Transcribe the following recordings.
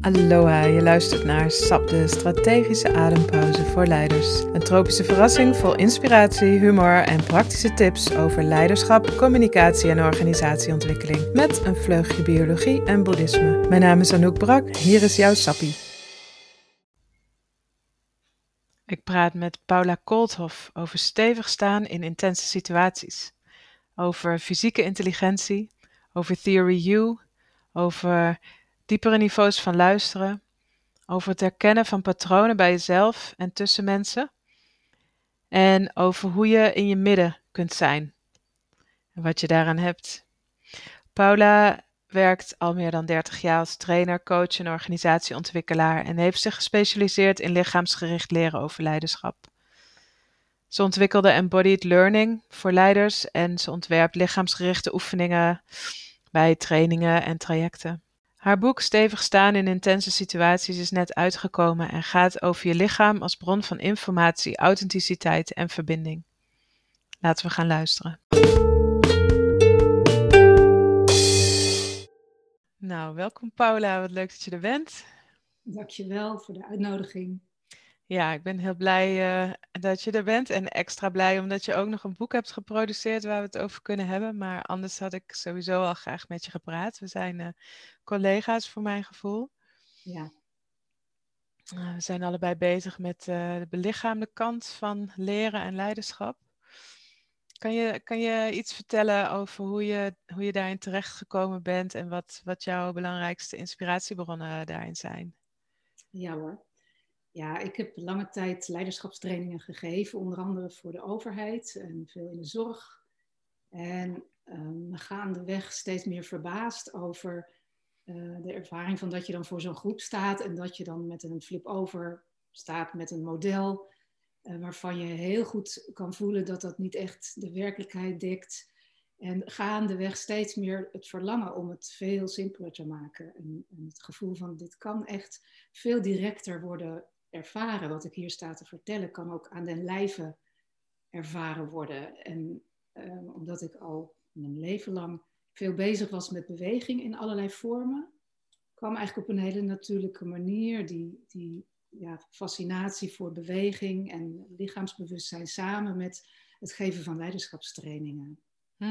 Aloha, je luistert naar SAP, de strategische adempauze voor leiders. Een tropische verrassing vol inspiratie, humor en praktische tips over leiderschap, communicatie en organisatieontwikkeling. Met een vleugje biologie en boeddhisme. Mijn naam is Anouk Brak, hier is jouw Sappie. Ik praat met Paula Kolthoff over stevig staan in intense situaties. Over fysieke intelligentie, over Theory U, over diepere niveaus van luisteren, over het herkennen van patronen bij jezelf en tussen mensen en over hoe je in je midden kunt zijn en wat je daaraan hebt. Paula werkt al meer dan 30 jaar als trainer, coach en organisatieontwikkelaar en heeft zich gespecialiseerd in lichaamsgericht leren over leiderschap. Ze ontwikkelde embodied learning voor leiders en ze ontwerpt lichaamsgerichte oefeningen bij trainingen en trajecten. Haar boek Stevig staan in intense situaties is net uitgekomen en gaat over je lichaam als bron van informatie, authenticiteit en verbinding. Laten we gaan luisteren. Nou, welkom Paula, wat leuk dat je er bent. Dankjewel voor de uitnodiging. Ja, ik ben heel blij dat je er bent en extra blij omdat je ook nog een boek hebt geproduceerd waar we het over kunnen hebben. Maar anders had ik sowieso al graag met je gepraat. We zijn collega's voor mijn gevoel. Ja. We zijn allebei bezig met de belichaamde kant van leren en leiderschap. Kan je iets vertellen over hoe je daarin terechtgekomen bent en wat jouw belangrijkste inspiratiebronnen daarin zijn? Ja hoor. Ja, ik heb lange tijd leiderschapstrainingen gegeven, onder andere voor de overheid en veel in de zorg. En gaandeweg steeds meer verbaasd over de ervaring van dat je dan voor zo'n groep staat en dat je dan met een flip-over staat met een model waarvan je heel goed kan voelen dat dat niet echt de werkelijkheid dekt. En gaandeweg steeds meer het verlangen om het veel simpeler te maken. En het gevoel van dit kan echt veel directer worden ervaren. Wat ik hier sta te vertellen kan ook aan den lijve ervaren worden. En omdat ik al mijn leven lang veel bezig was met beweging in allerlei vormen, kwam eigenlijk op een hele natuurlijke manier die fascinatie voor beweging en lichaamsbewustzijn samen met het geven van leiderschapstrainingen.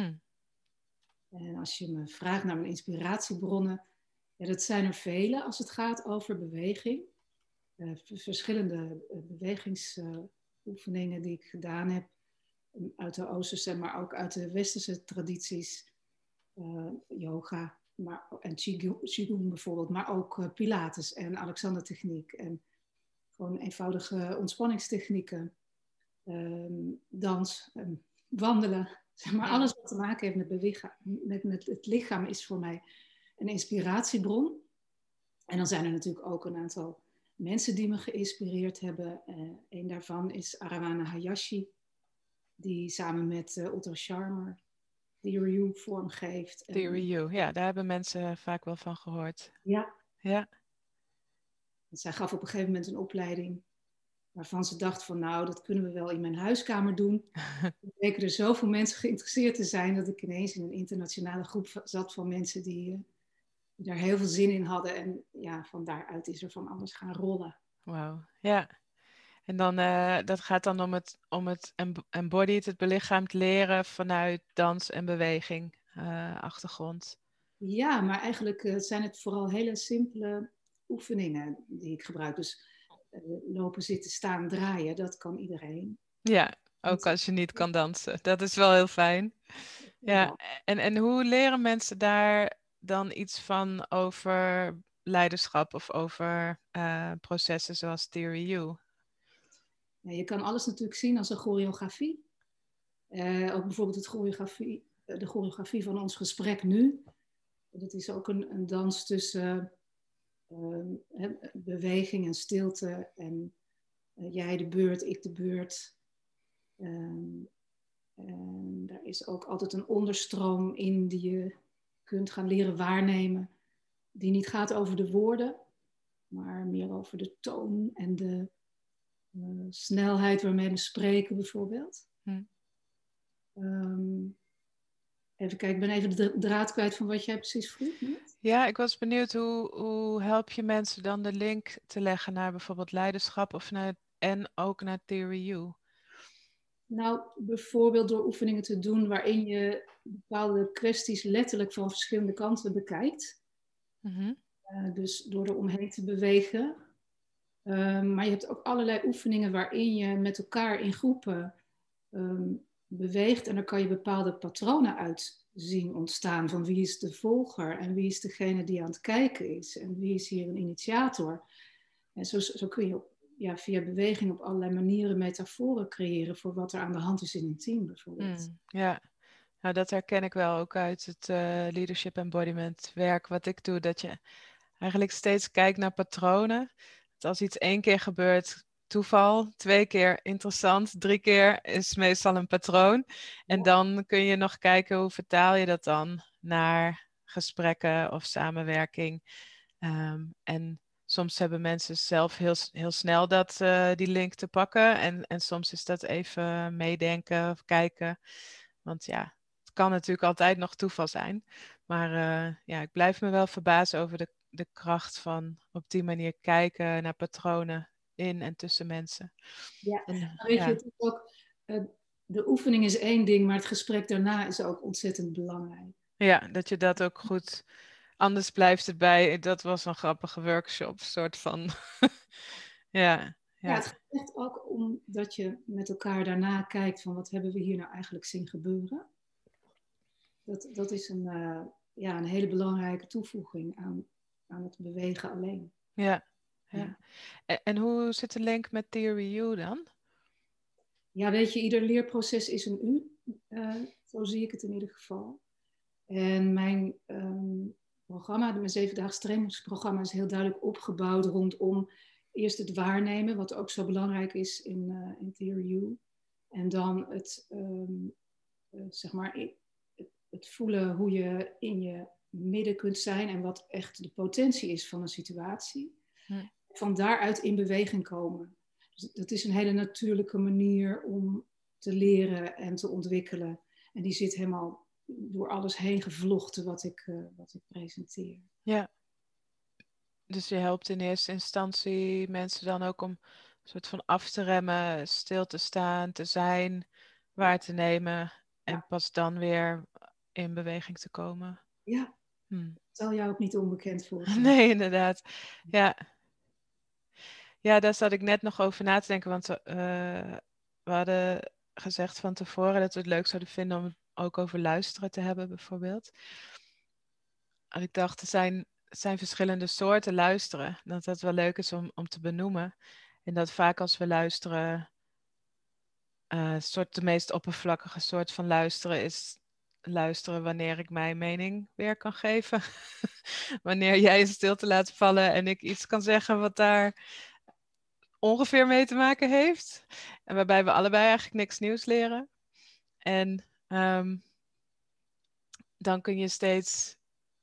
En als je me vraagt naar mijn inspiratiebronnen, dat zijn er vele als het gaat over beweging. Verschillende bewegingsoefeningen die ik gedaan heb uit de Oosterse, maar ook uit de Westerse tradities. Yoga en Qigong bijvoorbeeld, maar ook Pilates en Alexander-techniek en gewoon eenvoudige ontspanningstechnieken, dans, wandelen. Zeg maar alles wat te maken heeft met het lichaam is voor mij een inspiratiebron. En dan zijn er natuurlijk ook een aantal mensen die me geïnspireerd hebben. Een daarvan is Arawana Hayashi, die samen met Otto Scharmer Theory U vormgeeft. Theory U, ja, daar hebben mensen vaak wel van gehoord. Ja. Ja. Zij gaf op een gegeven moment een opleiding waarvan ze dacht van nou, dat kunnen we wel in mijn huiskamer doen. Er bleken er zoveel mensen geïnteresseerd te zijn dat ik ineens in een internationale groep zat van mensen die daar heel veel zin in hadden. En ja, van daaruit is er van alles gaan rollen. Wauw, ja. En dan, dat gaat dan om het embodied, het belichaamd leren vanuit dans en beweging achtergrond. Ja, maar eigenlijk zijn het vooral hele simpele oefeningen die ik gebruik. Dus lopen, zitten, staan, draaien, dat kan iedereen. Ja, ook als je niet kan dansen. Dat is wel heel fijn. Ja, en hoe leren mensen daar dan iets van over leiderschap of over processen zoals Theory U? Ja, je kan alles natuurlijk zien als een choreografie. Ook bijvoorbeeld de choreografie van ons gesprek nu. Dat is ook een dans tussen beweging en stilte. En jij de beurt, ik de beurt. En daar is ook altijd een onderstroom in die je kunt gaan leren waarnemen. Die niet gaat over de woorden, maar meer over de toon en de snelheid waarmee we spreken bijvoorbeeld. Even kijken, ik ben even de draad kwijt van wat jij precies vroeg net. Ja, ik was benieuwd hoe help je mensen dan de link te leggen naar bijvoorbeeld leiderschap en ook naar Theory U? Nou, bijvoorbeeld door oefeningen te doen waarin je bepaalde kwesties letterlijk van verschillende kanten bekijkt. Mhm. Dus door er omheen te bewegen. Maar je hebt ook allerlei oefeningen waarin je met elkaar in groepen beweegt. En dan kan je bepaalde patronen uit zien ontstaan. Van wie is de volger en wie is degene die aan het kijken is. En wie is hier een initiator. En zo kun je via beweging op allerlei manieren metaforen creëren voor wat er aan de hand is in een team bijvoorbeeld. Ja, nou dat herken ik wel ook uit het leadership embodiment werk wat ik doe. Dat je eigenlijk steeds kijkt naar patronen. Dat als iets 1 keer gebeurt, toeval. 2 keer interessant. 3 keer is meestal een patroon. En dan kun je nog kijken hoe vertaal je dat dan naar gesprekken of samenwerking. En soms hebben mensen zelf heel snel die link te pakken. En soms is dat even meedenken of kijken. Want ja, het kan natuurlijk altijd nog toeval zijn. Maar ja, ik blijf me wel verbazen over de kracht van op die manier kijken naar patronen in en tussen mensen. Ja, En maar weet je, het is ook, de oefening is één ding, maar het gesprek daarna is ook ontzettend belangrijk. ja, dat je dat ook goed. Anders blijft het bij. Dat was een grappige workshop, soort van. Ja, Ja, ja, het gaat echt ook om dat je met elkaar daarna kijkt van wat hebben we hier nou eigenlijk zien gebeuren. Dat is een hele belangrijke toevoeging aan het bewegen alleen. ja, Ja. ja. En hoe zit de link met Theory U dan? Ja, weet je, ieder leerproces is een u. Zo zie ik het in ieder geval. En mijn programma, mijn 7-daags trainingsprogramma, is heel duidelijk opgebouwd rondom eerst het waarnemen, wat ook zo belangrijk is in Theory U. En dan zeg maar, het voelen hoe je in je midden kunt zijn en wat echt de potentie is van een situatie. Hm. Van daaruit in beweging komen. Dus dat is een hele natuurlijke manier om te leren en te ontwikkelen. En die zit helemaal door alles heen gevlochten wat ik presenteer. Ja, dus je helpt in eerste instantie mensen dan ook om een soort van af te remmen, stil te staan, te zijn, waar te nemen en pas dan weer in beweging te komen. Ja, Hm. zal jou ook niet onbekend voorkomen. Nee, inderdaad. Ja. Ja, daar zat ik net nog over na te denken, want we hadden gezegd van tevoren dat we het leuk zouden vinden om het ook over luisteren te hebben, bijvoorbeeld. En ik dacht, er zijn verschillende soorten luisteren. Dat dat wel leuk is om te benoemen. En dat vaak als we luisteren, soort de meest oppervlakkige soort van luisteren is luisteren wanneer ik mijn mening weer kan geven. Wanneer jij een stilte laat vallen en ik iets kan zeggen wat daar ongeveer mee te maken heeft. En waarbij we allebei eigenlijk niks nieuws leren. En dan kun je steeds.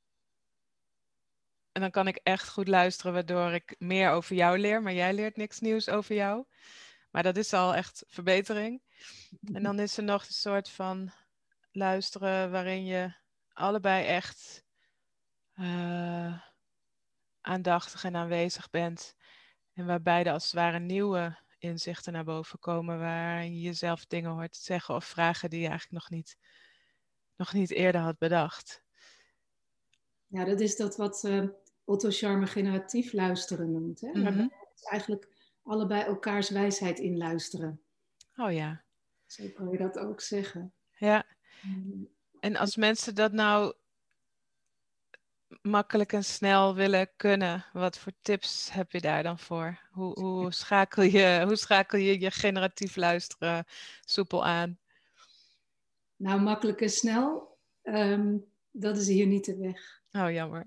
En dan kan ik echt goed luisteren, waardoor ik meer over jou leer, maar jij leert niks nieuws over jou. Maar dat is al echt verbetering. En dan is er nog een soort van luisteren waarin je allebei echt aandachtig en aanwezig bent. En waarbij er als het ware nieuwe inzichten naar boven komen, waar je jezelf dingen hoort zeggen of vragen die je eigenlijk nog niet eerder had bedacht. Ja, dat is dat wat Otto Scharmer generatief luisteren noemt. Hè? Waarbij Mhm. we eigenlijk allebei elkaars wijsheid inluisteren. Oh ja. Zo kan je dat ook zeggen. Ja. Mm. En als mensen dat nou makkelijk en snel willen kunnen, wat voor tips heb je daar dan voor? Hoe schakel je je generatief luisteren soepel aan? Nou, makkelijk en snel, dat is hier niet de weg. Oh, jammer.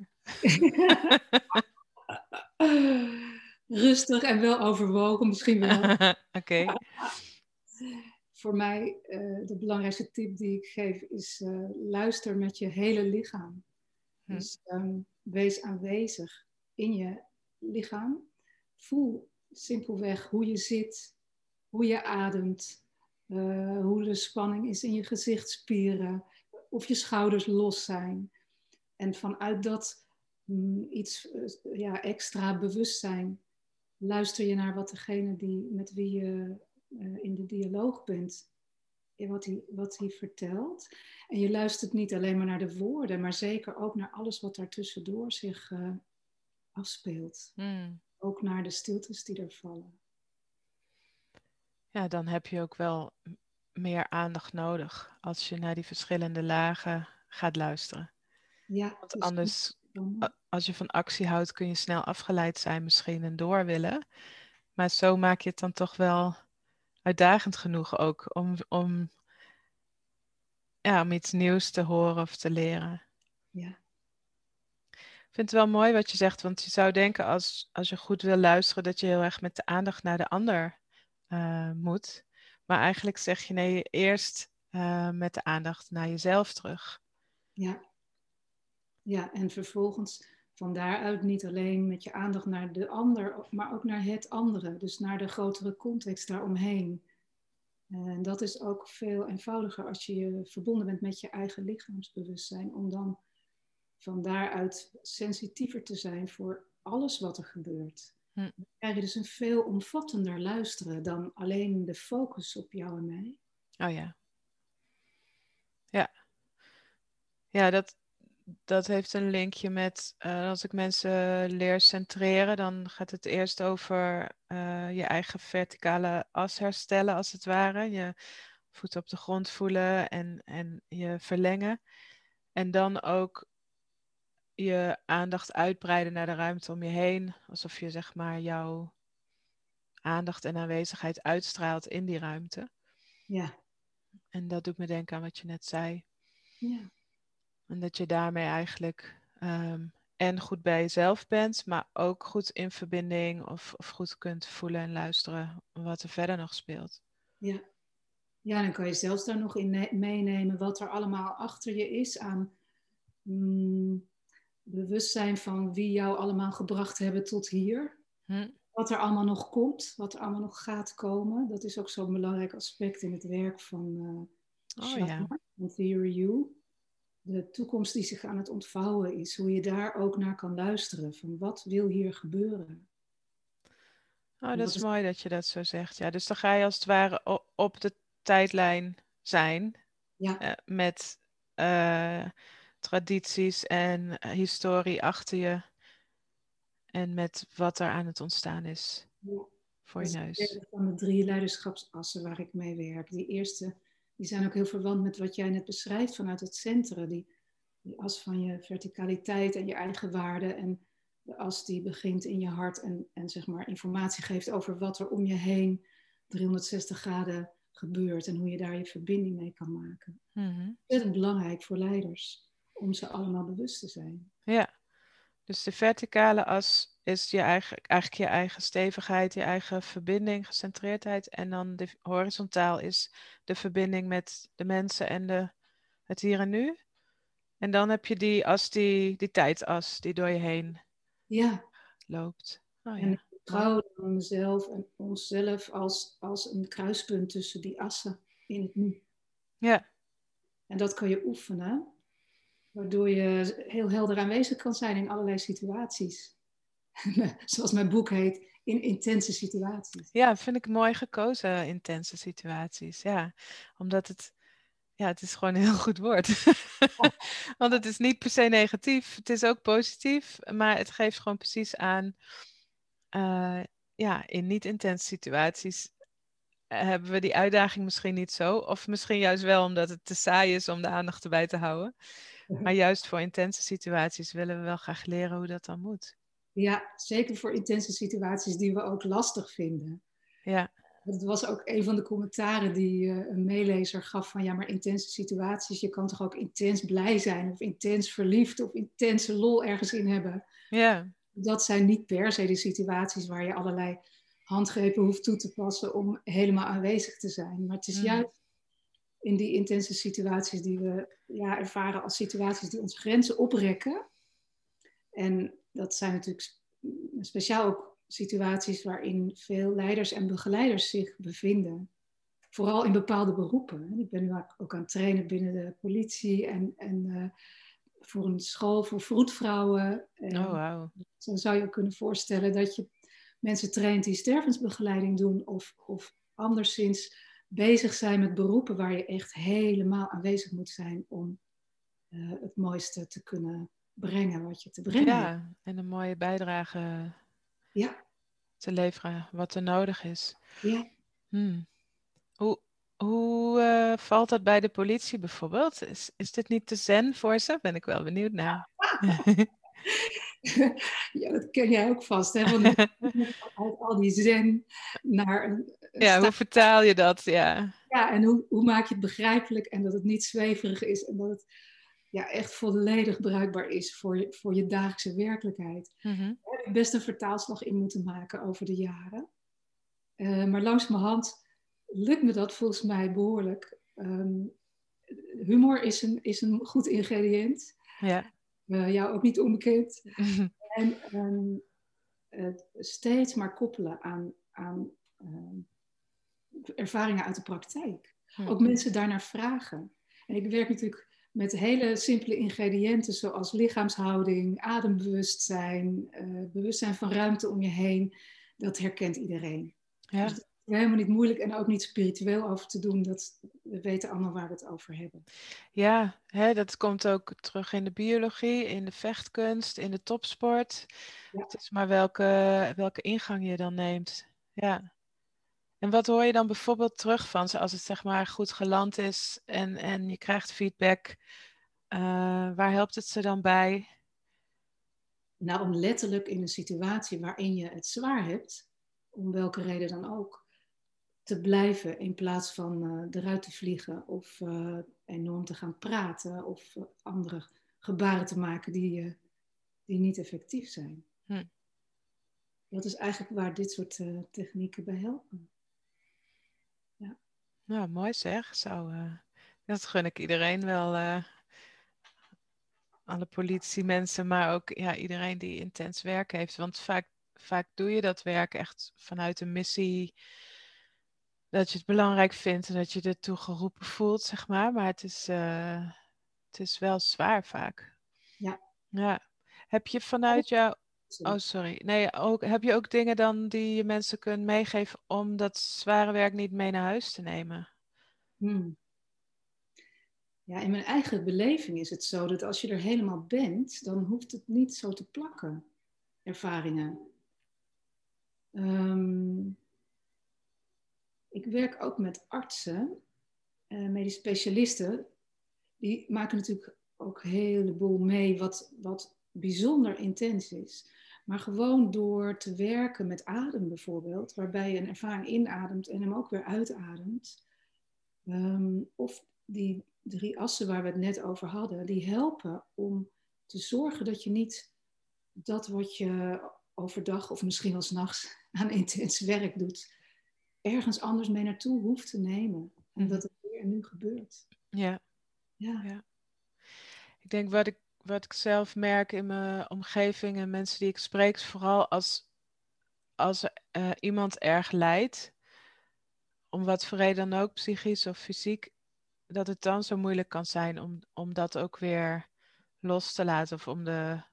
Rustig en wel overwogen, misschien wel. Oké. Voor mij, de belangrijkste tip die ik geef is luister met je hele lichaam. Hm. Dus wees aanwezig in je lichaam. Voel simpelweg hoe je zit, hoe je ademt, hoe de spanning is in je gezichtsspieren. of je schouders los zijn. En vanuit dat iets extra bewustzijn luister je naar wat degene met wie je in de dialoog bent, wat hij vertelt. En je luistert niet alleen maar naar de woorden, maar zeker ook naar alles wat daartussendoor zich afspeelt. Ook naar de stiltes die er vallen. Ja, dan heb je ook wel meer aandacht nodig als je naar die verschillende lagen gaat luisteren. Ja, Want dus anders, als je van actie houdt, kun je snel afgeleid zijn misschien en door willen. Maar zo maak je het dan toch wel uitdagend genoeg ook om iets nieuws te horen of te leren. Ja. Ik vind het wel mooi wat je zegt, want je zou denken als je goed wil luisteren, dat je heel erg met de aandacht naar de ander moet. Maar eigenlijk zeg je nee, eerst met de aandacht naar jezelf terug. Ja. Ja, en vervolgens van daaruit niet alleen met je aandacht naar de ander, maar ook naar het andere. Dus naar de grotere context daaromheen. En dat is ook veel eenvoudiger als je verbonden bent met je eigen lichaamsbewustzijn. Om dan van daaruit sensitiever te zijn voor alles wat er gebeurt. Dan krijg je dus een veel omvattender luisteren dan alleen de focus op jou en mij. Oh ja. Ja. Ja, dat heeft een linkje met als ik mensen leer centreren, dan gaat het eerst over je eigen verticale as herstellen, als het ware. Je voeten op de grond voelen en je verlengen. En dan ook je aandacht uitbreiden naar de ruimte om je heen. Alsof je zeg maar jouw aandacht en aanwezigheid uitstraalt in die ruimte. Ja. En dat doet me denken aan wat je net zei. Ja. En dat je daarmee eigenlijk en goed bij jezelf bent, maar ook goed in verbinding of goed kunt voelen en luisteren wat er verder nog speelt. Ja. Ja, dan kan je zelfs daar nog in meenemen wat er allemaal achter je is aan bewustzijn van wie jou allemaal gebracht hebben tot hier. Wat er allemaal nog komt, wat er allemaal nog gaat komen. Dat is ook zo'n belangrijk aspect in het werk van Sharma, van Theory U. De toekomst die zich aan het ontvouwen is. Hoe je daar ook naar kan luisteren. Van wat wil hier gebeuren? Oh, dat is mooi dat je dat zo zegt. Ja, dus dan ga je als het ware op de tijdlijn zijn. Ja. Met tradities en historie achter je. En met wat er aan het ontstaan is voor je neus. Dat is van de 3 leiderschapsassen waar ik mee werk. Die eerste, die zijn ook heel verwant met wat jij net beschrijft vanuit het centrum. Die as van je verticaliteit en je eigen waarde. En de as die begint in je hart en zeg maar informatie geeft over wat er om je heen 360 graden gebeurt. En hoe je daar je verbinding mee kan maken. Dat is belangrijk voor leiders. Om ze allemaal bewust te zijn. Ja, dus de verticale as is eigenlijk je eigen stevigheid, je eigen verbinding, gecentreerdheid. En dan de horizontaal is de verbinding met de mensen en het hier en nu. En dan heb je die as, die tijdsas die door je heen loopt. Oh, en ja. vertrouwen van mezelf en onszelf als een kruispunt tussen die assen in het nu. Ja. En dat kan je oefenen, waardoor je heel helder aanwezig kan zijn in allerlei situaties. Zoals mijn boek heet, in intense situaties. Ja, vind ik mooi gekozen, intense situaties. Ja, omdat het is gewoon een heel goed woord. Want het is niet per se negatief, het is ook positief, maar het geeft gewoon precies aan, in niet-intense situaties hebben we die uitdaging misschien niet zo. Of misschien juist wel omdat het te saai is om de aandacht erbij te houden. Maar juist voor intense situaties willen we wel graag leren hoe dat dan moet. Ja, zeker voor intense situaties die we ook lastig vinden. Ja. Dat was ook een van de commentaren die een meelezer gaf van ja, maar intense situaties, je kan toch ook intens blij zijn of intens verliefd of intense lol ergens in hebben. Ja. Dat zijn niet per se de situaties waar je allerlei handgrepen hoeft toe te passen om helemaal aanwezig te zijn. Maar het is juist in die intense situaties die we ervaren als situaties die onze grenzen oprekken. En dat zijn natuurlijk speciaal ook situaties waarin veel leiders en begeleiders zich bevinden. vooral in bepaalde beroepen. Ik ben nu ook aan het trainen binnen de politie en voor een school voor vroedvrouwen. Oh, En wauw. zo zou je ook kunnen voorstellen dat je mensen traint die stervensbegeleiding doen of anderszins bezig zijn met beroepen waar je echt helemaal aanwezig moet zijn om het mooiste te kunnen brengen wat je te brengen hebt. Ja, en een mooie bijdrage Ja, te leveren wat er nodig is. ja. Hmm. Hoe, hoe valt dat bij de politie bijvoorbeeld? Is dit niet te zen voor ze? Ben ik wel benieuwd naar. Ja, dat ken jij ook vast, hè? Van uit al die zen naar een Ja, hoe staat. vertaal je dat? Ja. Ja, en hoe maak je het begrijpelijk en dat het niet zweverig is en dat het ja, echt volledig bruikbaar is voor je dagelijkse werkelijkheid. Mhm. Daar heb ik best een vertaalslag in moeten maken over de jaren. Maar langzamerhand lukt me dat volgens mij behoorlijk. Humor is een goed ingrediënt. Ja. Jou ook niet onbekend. En steeds maar koppelen aan ervaringen uit de praktijk. Hm. Ook mensen daarnaar vragen. En ik werk natuurlijk met hele simpele ingrediënten zoals lichaamshouding, adembewustzijn, bewustzijn van ruimte om je heen. Dat herkent iedereen. Ja. Dus dat is helemaal niet moeilijk en ook niet spiritueel over te doen. We weten allemaal waar we het over hebben. Ja, hè, dat komt ook terug in de biologie, in de vechtkunst, in de topsport. Ja. Het is maar welke ingang je dan neemt. Ja. En wat hoor je dan bijvoorbeeld terug van ze als het zeg maar goed geland is en je krijgt feedback? Waar helpt het ze dan bij? Nou, om letterlijk in een situatie waarin je het zwaar hebt, om welke reden dan ook, te blijven in plaats van eruit te vliegen of enorm te gaan praten of andere gebaren te maken die niet effectief zijn. Hm. Dat is eigenlijk waar dit soort technieken bij helpen. Ja. Nou, mooi zeg. Dat gun ik iedereen wel. Alle politiemensen, maar ook ja, iedereen die intens werk heeft. Want vaak doe je dat werk echt vanuit een missie. Dat je het belangrijk vindt en dat je ertoe geroepen voelt, zeg maar. Maar het is wel zwaar vaak. Ja. Ja. Heb je vanuit jou... Oh, sorry. Nee, heb je ook dingen dan die je mensen kunt meegeven om dat zware werk niet mee naar huis te nemen? Ja, in mijn eigen beleving is het zo dat als je er helemaal bent, dan hoeft het niet zo te plakken, ervaringen. Ik werk ook met artsen, medisch specialisten. Die maken natuurlijk ook een heleboel mee wat bijzonder intens is. Maar gewoon door te werken met adem bijvoorbeeld, waarbij je een ervaring inademt en hem ook weer uitademt. Of die 3 assen waar we het net over hadden, die helpen om te zorgen dat je niet dat wat je overdag of misschien wel 's nachts aan intens werk doet, ergens anders mee naartoe hoeft te nemen. Omdat het hier en nu gebeurt. Ja. Ja. Ja. Ik denk wat ik zelf merk in mijn omgeving en mensen die ik spreek, is vooral als iemand erg lijdt, om wat voor reden dan ook, psychisch of fysiek, dat het dan zo moeilijk kan zijn om dat ook weer los te laten of om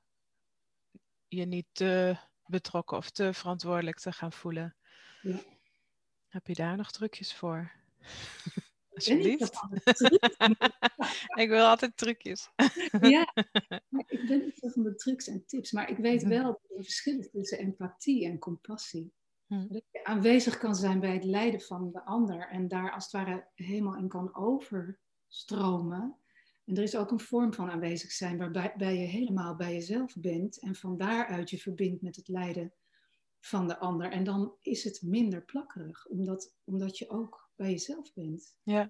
je niet te betrokken of te verantwoordelijk te gaan voelen. Ja. Heb je daar nog trucjes voor? Ben ik dat Alsjeblieft. aan de trucs? Ik wil altijd trucjes. Ja, maar ik ben niet zo van de trucs en tips. Maar ik weet wel dat er verschil is tussen empathie en compassie. Dat je aanwezig kan zijn bij het lijden van de ander en daar als het ware helemaal in kan overstromen. En er is ook een vorm van aanwezig zijn waarbij je helemaal bij jezelf bent en van daaruit je verbindt met het lijden van de ander. En dan is het minder plakkerig, omdat je ook bij jezelf bent. Ja.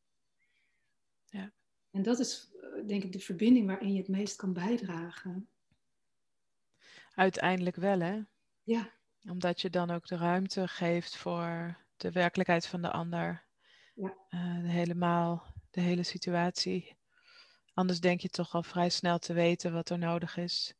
Ja. En dat is denk ik de verbinding waarin je het meest kan bijdragen. Uiteindelijk wel, hè? Ja. Omdat je dan ook de ruimte geeft voor de werkelijkheid van de ander. Ja. De hele situatie. Anders denk je toch al vrij snel te weten wat er nodig is.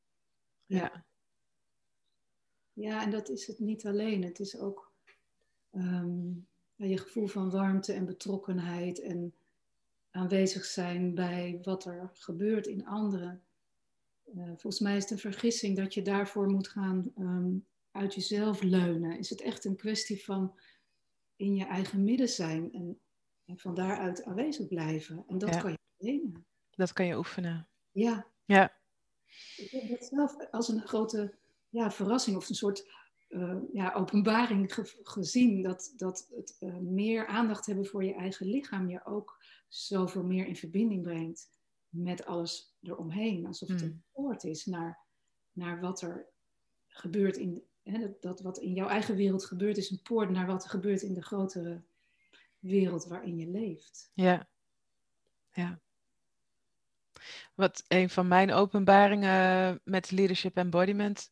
Ja. Ja, en dat is het niet alleen. Het is ook je gevoel van warmte en betrokkenheid en aanwezig zijn bij wat er gebeurt in anderen. Volgens mij is het een vergissing dat je daarvoor moet gaan uit jezelf leunen. Is het echt een kwestie van in je eigen midden zijn en van daaruit aanwezig blijven. En dat Ja, kan je trainen. dat kan je oefenen. Ja, Ja, ik heb dat zelf als een grote verrassing of een soort openbaring gezien. Dat het meer aandacht hebben voor je eigen lichaam je ook zoveel meer in verbinding brengt met alles eromheen. Alsof het een poort is naar wat er gebeurt dat wat in jouw eigen wereld gebeurt, is een poort naar wat er gebeurt in de grotere wereld waarin je leeft. ja, ja. Wat een van mijn openbaringen met de leadership embodiment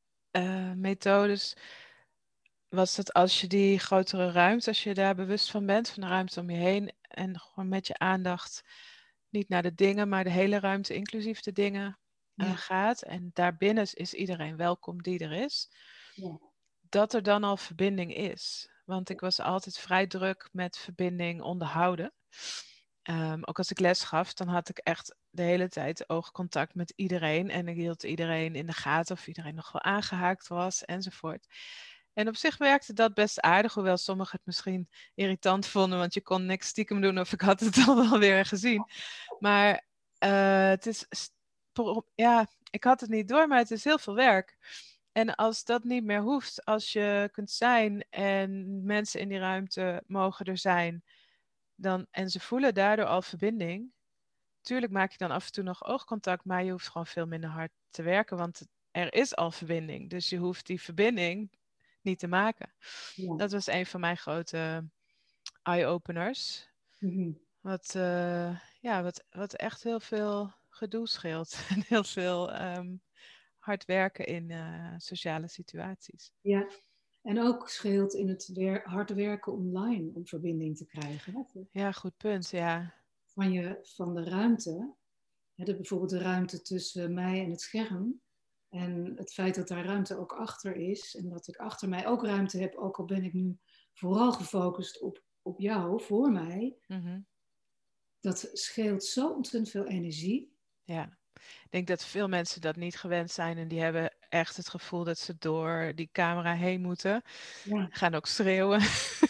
methodes was dat als je die grotere ruimte, als je daar bewust van bent, van de ruimte om je heen en gewoon met je aandacht niet naar de dingen, maar de hele ruimte, inclusief de dingen, gaat. En daarbinnen is iedereen welkom die er is. Ja. Dat er dan al verbinding is. Want ik was altijd vrij druk met verbinding onderhouden. Ook als ik les gaf, dan had ik echt de hele tijd oogcontact met iedereen. En ik hield iedereen in de gaten of iedereen nog wel aangehaakt was enzovoort. En op zich werkte dat best aardig, hoewel sommigen het misschien irritant vonden, want je kon niks stiekem doen of ik had het al wel weer gezien. Maar het is, ja, ik had het niet door, maar het is heel veel werk. En als dat niet meer hoeft, als je kunt zijn en mensen in die ruimte mogen er zijn, dan, en ze voelen daardoor al verbinding. Tuurlijk maak je dan af en toe nog oogcontact, maar je hoeft gewoon veel minder hard te werken, want er is al verbinding. Dus je hoeft die verbinding niet te maken. Ja. Dat was een van mijn grote eye-openers. Mm-hmm. Wat echt heel veel gedoe scheelt. En heel veel hard werken in sociale situaties. Ja, en ook scheelt in het hard werken online om verbinding te krijgen. Hè? Ja, goed punt, ja. Van de ruimte, bijvoorbeeld de ruimte tussen mij en het scherm. En het feit dat daar ruimte ook achter is. En dat ik achter mij ook ruimte heb, ook al ben ik nu vooral gefocust op jou, voor mij. Mm-hmm. Dat scheelt zo ontzettend veel energie. Ja, ik denk dat veel mensen dat niet gewend zijn en die hebben echt het gevoel dat ze door die camera heen moeten. Ja. Gaan ook schreeuwen.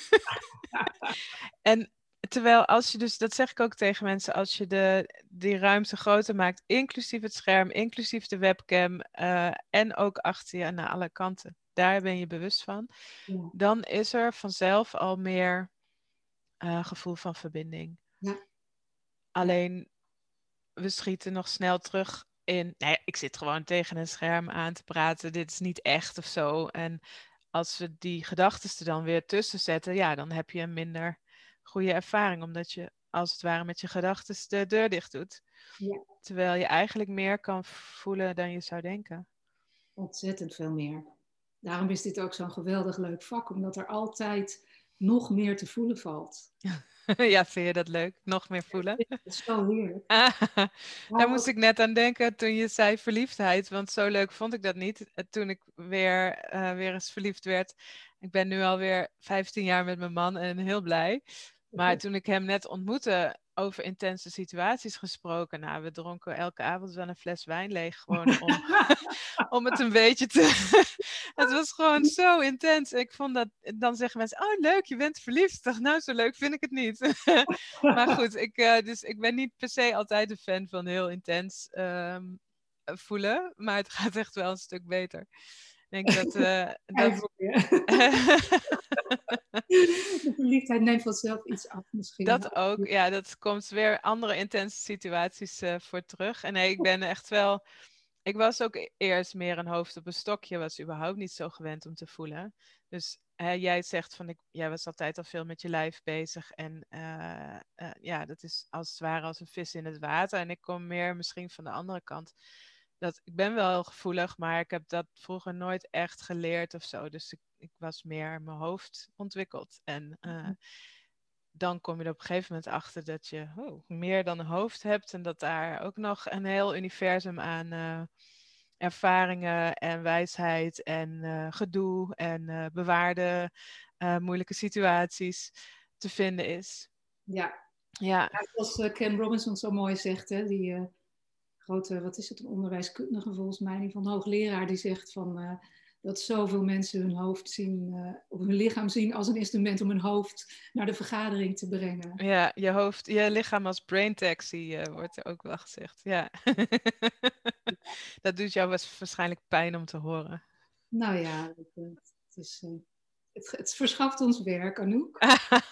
En terwijl als je dus, dat zeg ik ook tegen mensen, als je die ruimte groter maakt, inclusief het scherm, inclusief de webcam en ook achter je en naar alle kanten, daar ben je bewust van, Ja. dan is er vanzelf al meer gevoel van verbinding. Ja. Alleen, we schieten nog snel terug in, nou ja, ik zit gewoon tegen een scherm aan te praten, dit is niet echt of zo. En als we die gedachten er dan weer tussen zetten, ja, dan heb je een minder goede ervaring, omdat je als het ware met je gedachten de deur dicht doet. Ja. Terwijl je eigenlijk meer kan voelen dan je zou denken. Ontzettend veel meer. Daarom is dit ook zo'n geweldig leuk vak, omdat er altijd nog meer te voelen valt. Ja, vind je dat leuk? Nog meer voelen? Dat is zo heerlijk. Daar moest ik net aan denken toen je zei verliefdheid, want zo leuk vond ik dat niet. Toen ik weer eens verliefd werd. Ik ben nu alweer 15 jaar met mijn man en heel blij. Maar toen ik hem net ontmoette, over intense situaties gesproken. Nou, we dronken elke avond wel een fles wijn leeg, gewoon om het een beetje te... Het was gewoon zo intens. Ik vond dat, dan zeggen mensen, oh leuk, je bent verliefd. Ik dacht, nou, zo leuk vind ik het niet. Maar goed, dus ik ben niet per se altijd een fan van heel intens voelen. Maar het gaat echt wel een stuk beter. Ik denk dat... De verliefdheid neemt vanzelf iets af misschien. Dat ook, ja, dat komt weer andere intense situaties voor terug. En nee, ik ben echt wel... Ik was ook eerst meer een hoofd op een stokje, was überhaupt niet zo gewend om te voelen. Dus jij zegt van, jij was altijd al veel met je lijf bezig. En ja, dat is als het ware als een vis in het water. En ik kom meer misschien van de andere kant. Ik ben wel heel gevoelig, maar ik heb dat vroeger nooit echt geleerd of zo. Dus ik was meer mijn hoofd ontwikkeld. En dan kom je er op een gegeven moment achter dat je meer dan een hoofd hebt. En dat daar ook nog een heel universum aan ervaringen en wijsheid en gedoe en bewaarde moeilijke situaties te vinden is. Ja, Ja, ja zoals Ken Robinson zo mooi zegt, hè, die grote, wat is het, een onderwijskundige volgens mij, die van hoogleraar, die zegt dat zoveel mensen hun hoofd zien, of hun lichaam zien als een instrument om hun hoofd naar de vergadering te brengen. ja, je lichaam als brain taxi wordt er ook wel gezegd. Ja. Dat doet jou waarschijnlijk pijn om te horen. Nou ja, het verschaft ons werk, Anouk.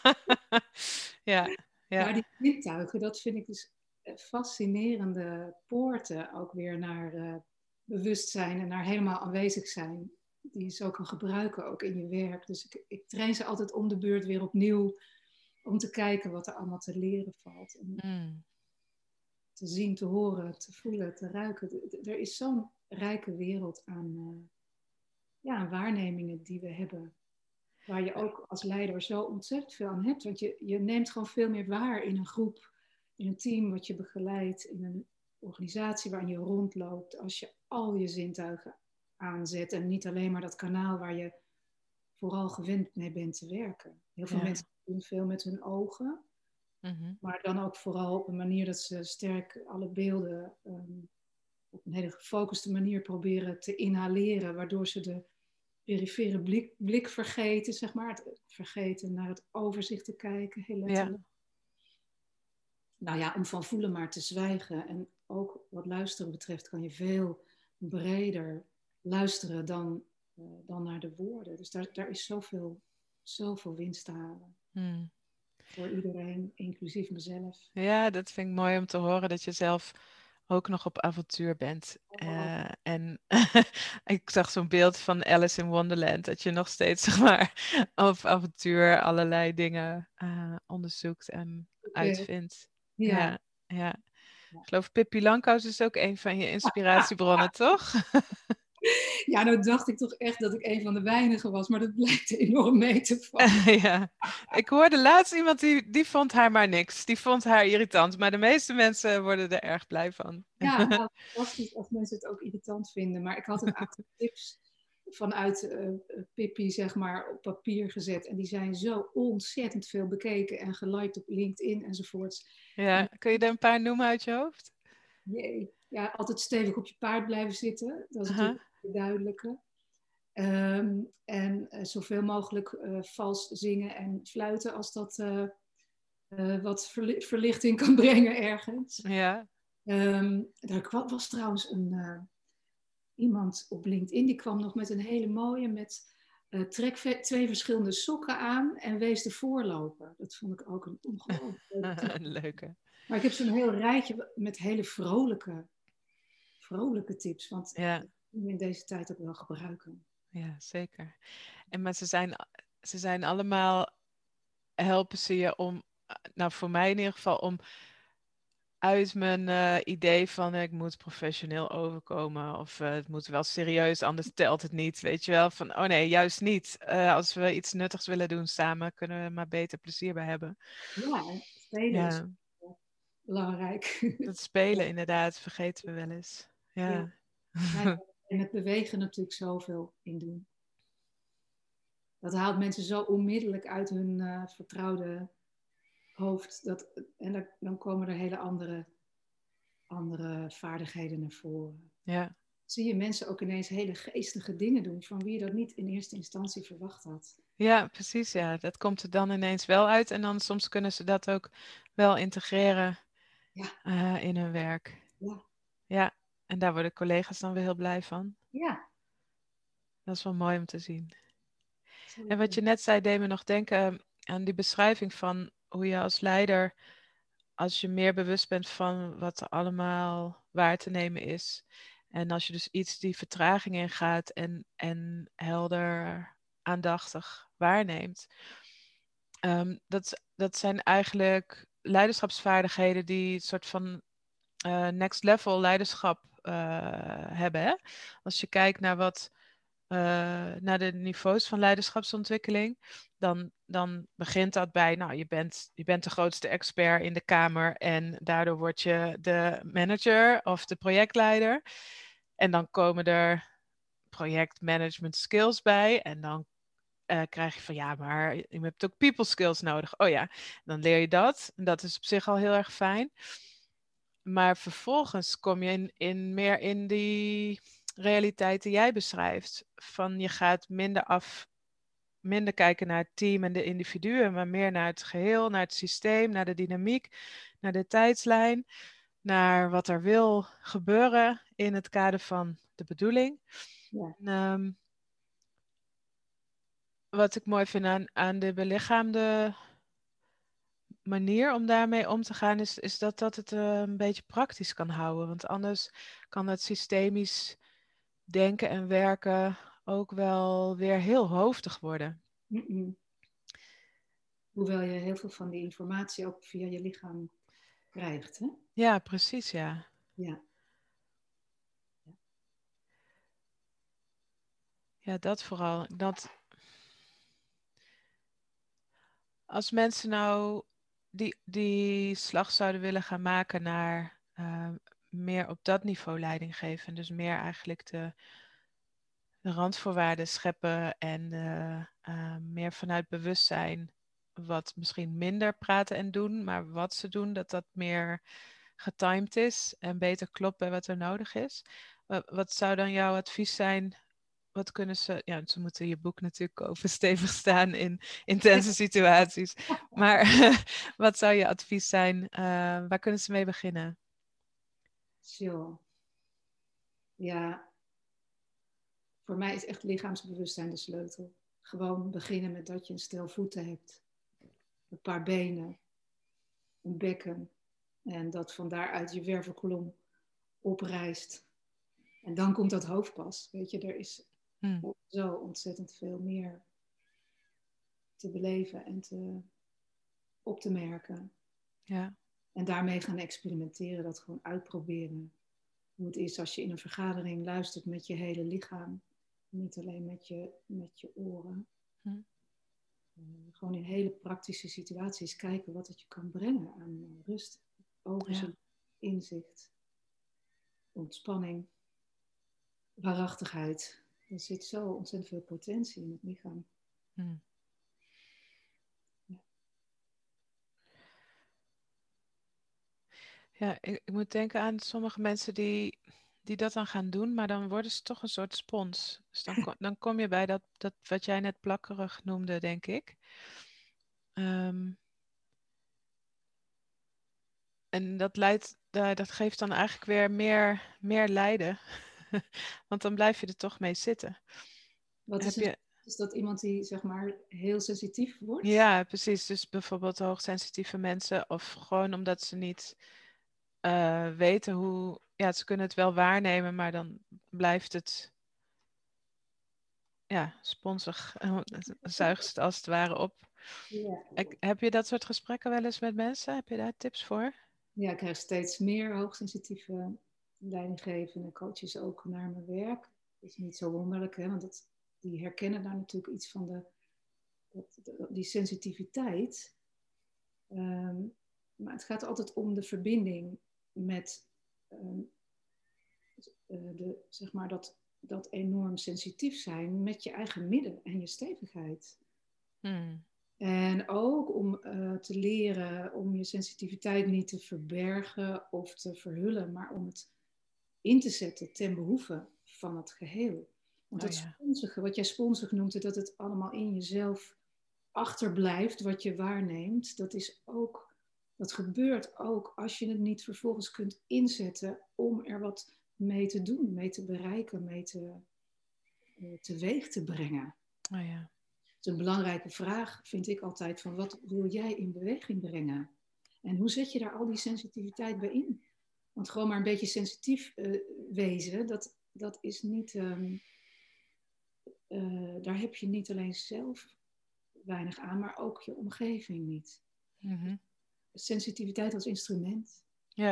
Ja, ja, Maar die zintuigen, dat vind ik dus fascinerende poorten ook weer naar bewustzijn en naar helemaal aanwezig zijn. Die je zo kan gebruiken ook in je werk. Dus ik train ze altijd om de beurt weer opnieuw om te kijken wat er allemaal te leren valt. En mm, te zien, te horen, te voelen, te ruiken. Er is zo'n rijke wereld aan waarnemingen die we hebben. Waar je ook als leider zo ontzettend veel aan hebt. Want je neemt gewoon veel meer waar in een groep, in een team wat je begeleidt, in een organisatie waarin je rondloopt. Als je al je zintuigen aanzet en niet alleen maar dat kanaal waar je vooral gewend mee bent te werken. Heel veel ja. mensen doen veel met hun ogen. Mhm. Maar dan ook vooral op een manier dat ze sterk alle beelden op een hele gefocuste manier proberen te inhaleren. Waardoor ze de perifere blik vergeten, zeg maar. Het vergeten naar het overzicht te kijken, heel Ja, letterlijk. Nou ja, om van voelen maar te zwijgen. En ook wat luisteren betreft kan je veel breder luisteren dan naar de woorden. Dus daar is zoveel winst te halen. mm. Voor iedereen, inclusief mezelf. Ja, dat vind ik mooi om te horen dat je zelf ook nog op avontuur bent. Oh, En ik zag zo'n beeld van Alice in Wonderland, dat je nog steeds zeg maar op avontuur allerlei dingen onderzoekt en oké. uitvindt. Ja. Ja, ja. Ja. Ik geloof Pippi Langkous is ook een van je inspiratiebronnen, toch? Ja, nou dacht ik toch echt dat ik een van de weinigen was, maar dat blijkt enorm mee te vallen. Ja, ik hoorde laatst iemand die vond haar maar niks. Die vond haar irritant, maar de meeste mensen worden er erg blij van. Ja, nou, fantastisch als mensen het ook irritant vinden. Maar ik had een aantal tips vanuit Pippi, zeg maar, op papier gezet. En die zijn zo ontzettend veel bekeken en geliked op LinkedIn enzovoorts. Ja, En kun je er een paar noemen uit je hoofd? jee, ja, altijd stevig op je paard blijven zitten. Dat is Aha. natuurlijk een duidelijke. En zoveel mogelijk vals zingen en fluiten als dat wat verlichting kan brengen ergens. Ja. Daar was trouwens iemand op LinkedIn die kwam nog met een hele mooie met trek twee verschillende sokken aan en wees de voorloper. Dat vond ik ook een ongelooflijk leuke tip. Een leuke. Maar ik heb zo'n heel rijtje met hele vrolijke tips, want Ja, dat kunnen we in deze tijd ook wel gebruiken. ja, zeker. Maar ze zijn allemaal, helpen ze je om, nou voor mij in ieder geval, om uit mijn idee van ik moet professioneel overkomen of het moet wel serieus, anders telt het niet. Weet je wel, van oh nee, juist niet. Als we iets nuttigs willen doen samen, kunnen we maar beter plezier bij hebben. Ja, spelen is Ja, belangrijk. dat spelen inderdaad, vergeten we wel eens. Ja, Ja. nou ja, en met bewegen natuurlijk zoveel in doen. Dat haalt mensen zo onmiddellijk uit hun vertrouwde hoofd. Dan komen er hele andere vaardigheden naar voren. Ja. Zie je mensen ook ineens hele geestige dingen doen van wie je dat niet in eerste instantie verwacht had. Ja, precies. Ja, dat komt er dan ineens wel uit. En dan soms kunnen ze dat ook wel integreren Ja, in hun werk. ja, Ja, en daar worden collega's dan weer heel blij van. ja, Dat is wel mooi om te zien. En wat zeker. je net zei, deed me nog denken aan die beschrijving van hoe je als leider, als je meer bewust bent van wat er allemaal waar te nemen is. En als je dus iets die vertraging ingaat en helder, aandachtig waarneemt. Dat zijn eigenlijk leiderschapsvaardigheden die een soort van next level leiderschap hebben. Hè? Als je kijkt naar naar de niveaus van leiderschapsontwikkeling, dan begint dat bij, nou, je bent de grootste expert in de kamer en daardoor word je de manager of de projectleider. En dan komen er projectmanagement skills bij. En dan krijg je van ja, maar je hebt ook people skills nodig. Oh ja, dan leer je dat. En dat is op zich al heel erg fijn. Maar vervolgens kom je meer in die realiteit die jij beschrijft. Van je gaat minder kijken naar het team en de individuen, maar meer naar het geheel, naar het systeem, naar de dynamiek, naar de tijdslijn, naar wat er wil gebeuren in het kader van de bedoeling. Ja. Wat ik mooi vind aan de belichaamde manier om daarmee om te gaan, is dat het een beetje praktisch kan houden. Want anders kan het systemisch denken en werken ook wel weer heel hoofdig worden. Mm-mm. Hoewel je heel veel van die informatie ook via je lichaam krijgt. Hè? Ja, precies, ja. Ja. Ja, dat vooral. Dat als mensen nou die slag zouden willen gaan maken naar meer op dat niveau leiding geven. Dus meer eigenlijk de randvoorwaarden scheppen en meer vanuit bewustzijn. Wat misschien minder praten en doen, maar wat ze doen, dat meer getimed is en beter klopt bij wat er nodig is. Wat zou dan jouw advies zijn? Wat kunnen ze... Ja, ze moeten je boek natuurlijk kopen, stevig staan in intense situaties. Maar wat zou je advies zijn? Waar kunnen ze mee beginnen? Sure. Ja, voor mij is echt lichaamsbewustzijn de sleutel. Gewoon beginnen met dat je een stel voeten hebt. Een paar benen. Een bekken. En dat van daaruit je wervelkolom oprijst. En dan komt dat hoofd pas. Weet je, er is zo ontzettend veel meer te beleven en op te merken. Ja. En daarmee gaan experimenteren, dat gewoon uitproberen. Hoe het is als je in een vergadering luistert met je hele lichaam. Niet alleen met je oren. Gewoon in hele praktische situaties kijken wat het je kan brengen aan rust, overzicht, inzicht, ontspanning, waarachtigheid. Er zit zo ontzettend veel potentie in het lichaam. Ja, ik moet denken aan sommige mensen die dat dan gaan doen, maar dan worden ze toch een soort spons. Dus dan kom je bij dat wat jij net plakkerig noemde, denk ik. En dat geeft dan eigenlijk weer meer lijden. Want dan blijf je er toch mee zitten. Wat is dat iemand die zeg maar heel sensitief wordt? Ja, precies. Dus bijvoorbeeld hoogsensitieve mensen, of gewoon omdat ze niet weten hoe... Ja, ze kunnen het wel waarnemen, maar dan blijft het sponsig. Zuigt ze het als het ware op. Ja. Heb je dat soort gesprekken wel eens met mensen? Heb je daar tips voor? Ja, ik krijg steeds meer hoogsensitieve leidinggevende coaches ook naar mijn werk. Dat is niet zo wonderlijk, hè, want die herkennen daar natuurlijk iets van die sensitiviteit. Maar het gaat altijd om de verbinding met zeg maar dat enorm sensitief zijn met je eigen midden en je stevigheid. En ook om te leren om je sensitiviteit niet te verbergen of te verhullen, maar om het in te zetten ten behoeve van het geheel. Want dat sponsige, wat jij sponsig noemt, dat het allemaal in jezelf achterblijft, wat je waarneemt, dat gebeurt ook als je het niet vervolgens kunt inzetten om er wat mee te doen, mee te bereiken, mee teweeg te brengen. Oh ja. Het is een belangrijke vraag, vind ik altijd, van wat wil jij in beweging brengen? En hoe zet je daar al die sensitiviteit bij in? Want gewoon maar een beetje sensitief wezen, dat is niet... daar heb je niet alleen zelf weinig aan, maar ook je omgeving niet. Sensitiviteit als instrument. Ja.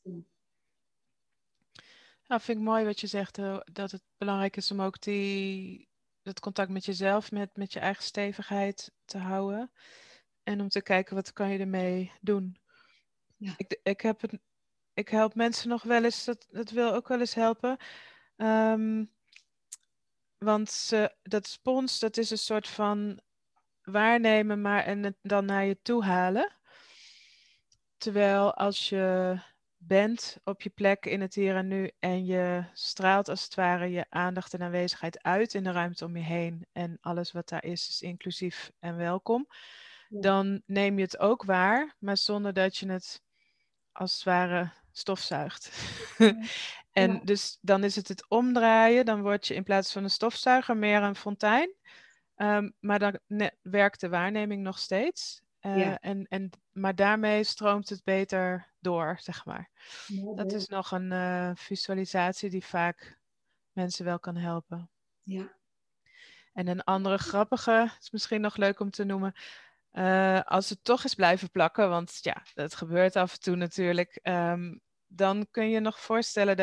Nou, vind ik mooi wat je zegt, dat het belangrijk is om ook dat contact met jezelf, met je eigen stevigheid te houden. En om te kijken, wat kan je ermee doen? Ja. Ik help mensen nog wel eens, dat wil ook wel eens helpen. Want dat spons, dat is een soort van waarnemen, maar en het dan naar je toe halen. Terwijl als je bent op je plek in het hier en nu en je straalt als het ware je aandacht en aanwezigheid uit in de ruimte om je heen en alles wat daar is inclusief en welkom, dan neem je het ook waar, maar zonder dat je het als het ware stofzuigt. En dus dan is het omdraaien, dan word je in plaats van een stofzuiger meer een fontein. Maar dan werkt de waarneming nog steeds. Maar daarmee stroomt het beter door, zeg maar. Dat is nog een visualisatie die vaak mensen wel kan helpen. Ja. En een andere grappige, is misschien nog leuk om te noemen. Als het toch is blijven plakken, want ja, dat gebeurt af en toe natuurlijk. Dan kun je nog voorstellen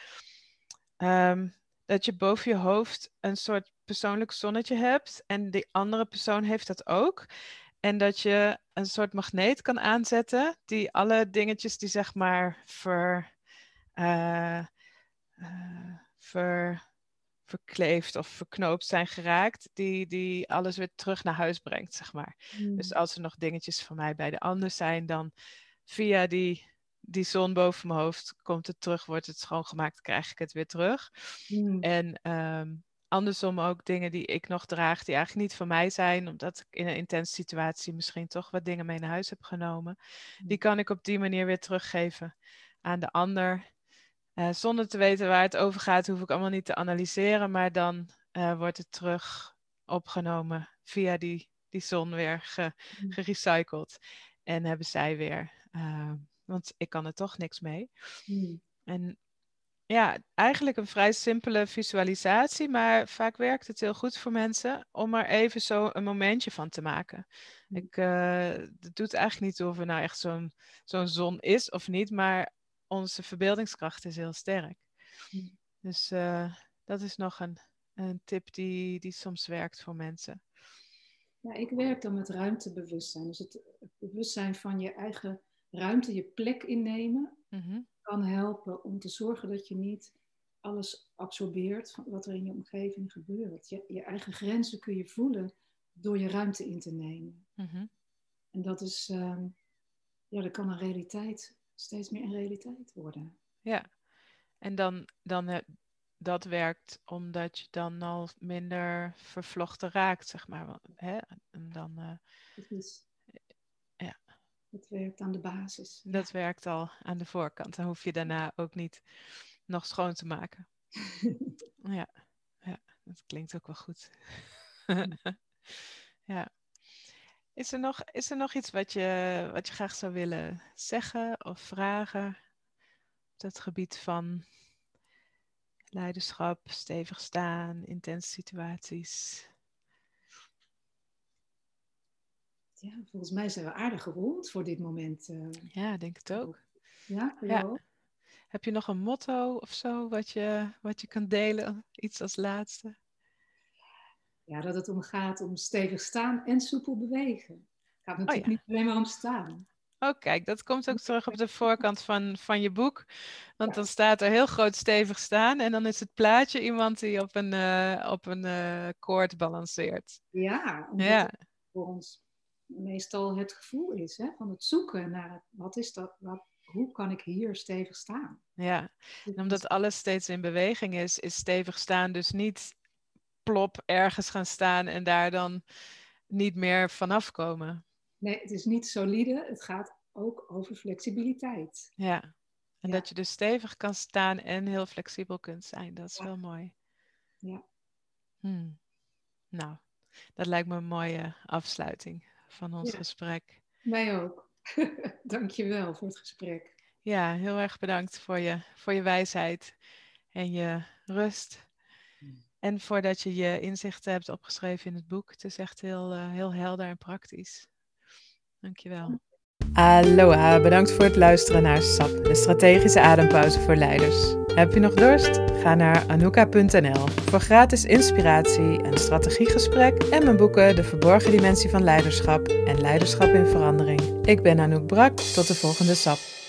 dat je boven je hoofd een soort persoonlijk zonnetje hebt. En die andere persoon heeft dat ook. En dat je een soort magneet kan aanzetten die alle dingetjes die zeg maar verkleefd of verknoopt zijn geraakt, die alles weer terug naar huis brengt, zeg maar. Dus als er nog dingetjes van mij bij de ander zijn, dan via die zon boven mijn hoofd komt het terug, wordt het schoongemaakt, krijg ik het weer terug. En andersom ook dingen die ik nog draag, die eigenlijk niet van mij zijn, omdat ik in een intense situatie misschien toch wat dingen mee naar huis heb genomen. Die kan ik op die manier weer teruggeven aan de ander. Zonder te weten waar het over gaat, hoef ik allemaal niet te analyseren, maar dan wordt het terug opgenomen via die zon weer gerecycled. En hebben zij weer, want ik kan er toch niks mee. En ja, eigenlijk een vrij simpele visualisatie, maar vaak werkt het heel goed voor mensen om er even zo een momentje van te maken. Het doet eigenlijk niet toe of er nou echt zo'n zon is of niet, maar onze verbeeldingskracht is heel sterk. Dus dat is nog een tip die soms werkt voor mensen. Ja, ik werk dan met ruimtebewustzijn. Dus het bewustzijn van je eigen ruimte, je plek innemen, kan helpen om te zorgen dat je niet alles absorbeert van wat er in je omgeving gebeurt. Je eigen grenzen kun je voelen door je ruimte in te nemen. En dat is, dat kan een realiteit, steeds meer een realiteit worden. Ja, en dan dat werkt omdat je dan al minder vervlochten raakt, zeg maar. Hè? En dan, ja. Het werkt aan de basis. Ja. Dat werkt al aan de voorkant. Dan hoef je daarna ook niet nog schoon te maken. Ja, dat klinkt ook wel goed. Ja. Is er nog iets wat je graag zou willen zeggen of vragen op het gebied van leiderschap, stevig staan, intense situaties? Ja, volgens mij zijn we aardig gerond voor dit moment. Ja, denk het ook. Ja, voor jou ook? Heb je nog een motto of zo wat je kan delen? Iets als laatste? Ja, dat het gaat om stevig staan en soepel bewegen. Het gaat natuurlijk niet alleen maar om staan. Oh, kijk, dat komt ook terug op de voorkant van je boek. Want dan staat er heel groot stevig staan. En dan is het plaatje iemand die op een koord balanceert. Ja, omdat het voor ons meestal het gevoel is, hè, van het zoeken naar wat is dat, hoe kan ik hier stevig staan? Ja, en omdat alles steeds in beweging is stevig staan dus niet plop ergens gaan staan en daar dan niet meer vanaf komen. Nee, het is niet solide. Het gaat ook over flexibiliteit. Ja, en dat je dus stevig kan staan en heel flexibel kunt zijn. Dat is wel mooi. Ja. Nou, dat lijkt me een mooie afsluiting van ons gesprek. Mij ook. Dankjewel voor het gesprek. Ja, heel erg bedankt voor je wijsheid en je rust. En voordat je je inzichten hebt opgeschreven in het boek. Het is echt heel helder en praktisch. Dankjewel. Aloha, bedankt voor het luisteren naar SAP, de strategische adempauze voor leiders. Heb je nog dorst? Ga naar anouka.nl voor gratis inspiratie, een strategiegesprek en mijn boeken De Verborgen Dimensie van Leiderschap en Leiderschap in Verandering. Ik ben Anouk Brak, tot de volgende SAP.